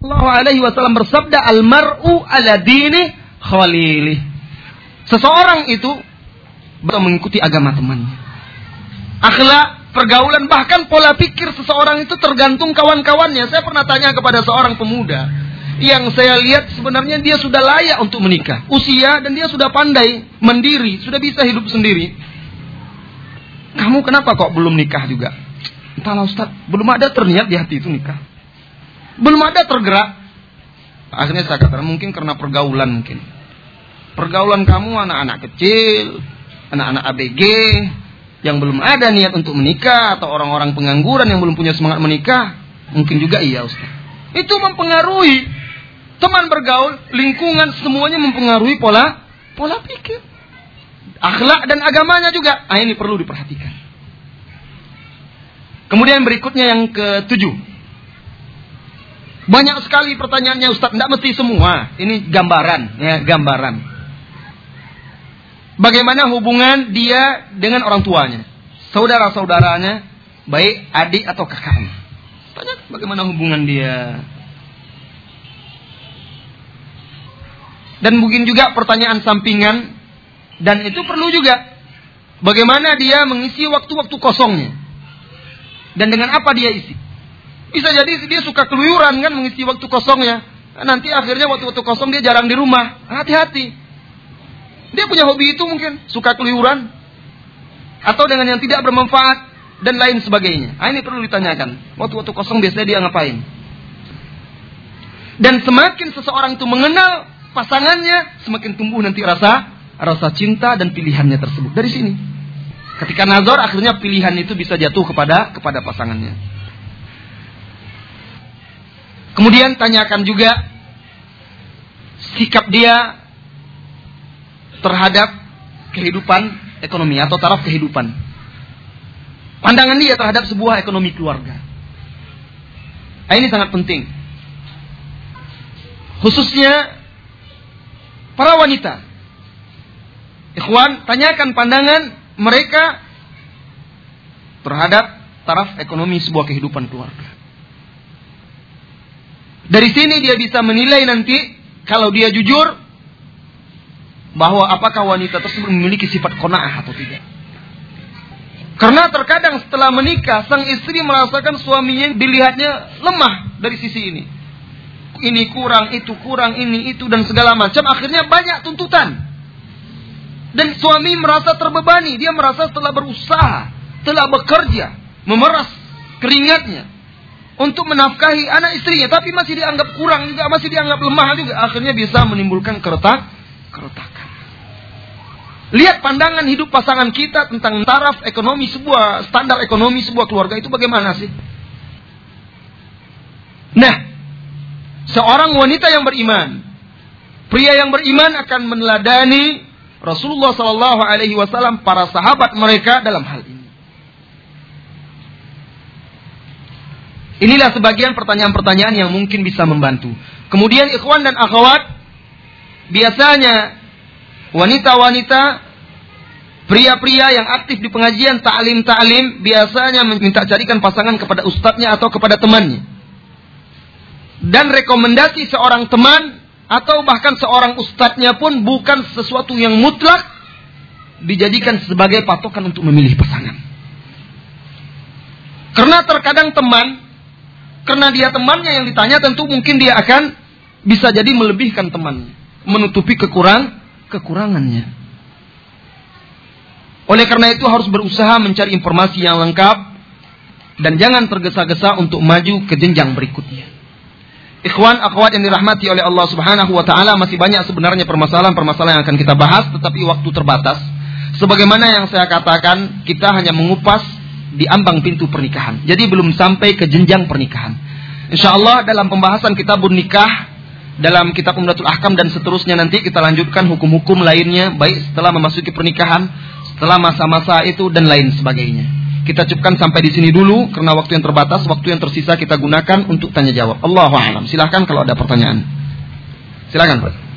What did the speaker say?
Sallallahu alaihi wasallam bersabda, "Al-mar'u ala dini khalilih." Seseorang itu mengikuti agama temannya. Akhlak, pergaulan, bahkan pola pikir seseorang itu tergantung kawan-kawannya. Saya pernah tanya kepada seorang pemuda yang saya lihat sebenarnya dia sudah layak untuk menikah, usia, dan dia sudah pandai, mandiri, sudah bisa hidup sendiri. Kamu kenapa kok belum nikah juga? Entahlah Ustaz, belum ada terniat di hati itu nikah. Belum ada tergerak. Akhirnya saya katakan mungkin karena pergaulan mungkin. Pergaulan kamu anak-anak kecil, anak-anak ABG yang belum ada niat untuk menikah, atau orang-orang pengangguran yang belum punya semangat menikah. Mungkin juga iya Ustaz. Itu mempengaruhi teman bergaul, lingkungan, semuanya mempengaruhi pola pikir. Akhlak dan agamanya juga. Ini perlu diperhatikan. Kemudian berikutnya yang ke-7. Banyak sekali pertanyaannya Ustaz, tidak mesti semua. Ini gambaran, ya, gambaran. Bagaimana hubungan dia dengan orang tuanya, saudara-saudaranya, baik adik atau kakaknya. Tanya bagaimana hubungan dia. Dan mungkin juga pertanyaan sampingan, dan itu perlu juga. Bagaimana dia mengisi waktu-waktu kosongnya, dan dengan apa dia isi. Bisa jadi dia suka keluyuran kan mengisi waktu kosongnya. Nanti akhirnya waktu-waktu kosong dia jarang di rumah. Hati-hati. Dia punya hobi itu mungkin. Suka keluyuran. Atau dengan yang tidak bermanfaat. Dan lain sebagainya. Ini perlu ditanyakan. Waktu-waktu kosong biasanya dia ngapain. Dan semakin seseorang itu mengenal pasangannya, semakin tumbuh nanti rasa cinta dan pilihannya tersebut. Dari sini. Ketika nazar, akhirnya pilihan itu bisa jatuh kepada pasangannya. Kemudian tanyakan juga sikap dia terhadap kehidupan ekonomi atau taraf kehidupan. Pandangan dia terhadap sebuah ekonomi keluarga. Ini sangat penting. Khususnya para wanita. Ikhwan, tanyakan pandangan mereka terhadap taraf ekonomi sebuah kehidupan keluarga. Dari sini dia bisa menilai nanti kalau dia jujur bahwa apakah wanita tersebut memiliki sifat qanaah atau tidak. Karena terkadang setelah menikah sang istri merasakan suaminya dilihatnya lemah dari sisi ini. Ini kurang, itu kurang, ini itu dan segala macam, akhirnya banyak tuntutan. Dan suami merasa terbebani, dia merasa telah berusaha, telah bekerja, memeras keringatnya untuk menafkahi anak istrinya, tapi masih dianggap kurang juga, masih dianggap lemah juga, akhirnya bisa menimbulkan keretakan. Lihat pandangan hidup pasangan kita tentang taraf ekonomi sebuah, standar ekonomi sebuah keluarga itu bagaimana sih? Nah, seorang wanita yang beriman, pria yang beriman akan meneladani Rasulullah SAW, para sahabat mereka dalam hal ini. Inilah sebagian pertanyaan-pertanyaan yang mungkin bisa membantu. Kemudian ikhwan dan akhwat, biasanya wanita-wanita, pria-pria yang aktif di pengajian ta'lim, biasanya minta carikan pasangan kepada ustadznya atau kepada temannya. Dan rekomendasi seorang teman atau bahkan seorang ustadznya pun bukan sesuatu yang mutlak dijadikan sebagai patokan untuk memilih pasangan. Karena terkadang teman, karena dia temannya yang ditanya, tentu mungkin dia akan bisa jadi melebihkan temannya, menutupi kekurangannya. Oleh karena itu harus berusaha mencari informasi yang lengkap dan jangan tergesa-gesa untuk maju ke jenjang berikutnya. Ikhwan, akhwat yang dirahmati oleh Allah Subhanahu wa taala, masih banyak sebenarnya permasalahan-permasalahan yang akan kita bahas, tetapi waktu terbatas. Sebagaimana yang saya katakan, kita hanya mengupas di ambang pintu pernikahan. Jadi belum sampai ke jenjang pernikahan. InsyaAllah dalam pembahasan kitabun nikah, dalam kitab Umdatul Ahkam dan seterusnya nanti kita lanjutkan hukum-hukum lainnya, baik setelah memasuki pernikahan, setelah masa-masa itu dan lain sebagainya. Kita cukupkan sampai di sini dulu karena waktu yang terbatas. Waktu yang tersisa kita gunakan untuk tanya jawab. Allahu a'lam. Silakan kalau ada pertanyaan. Silakan Pak.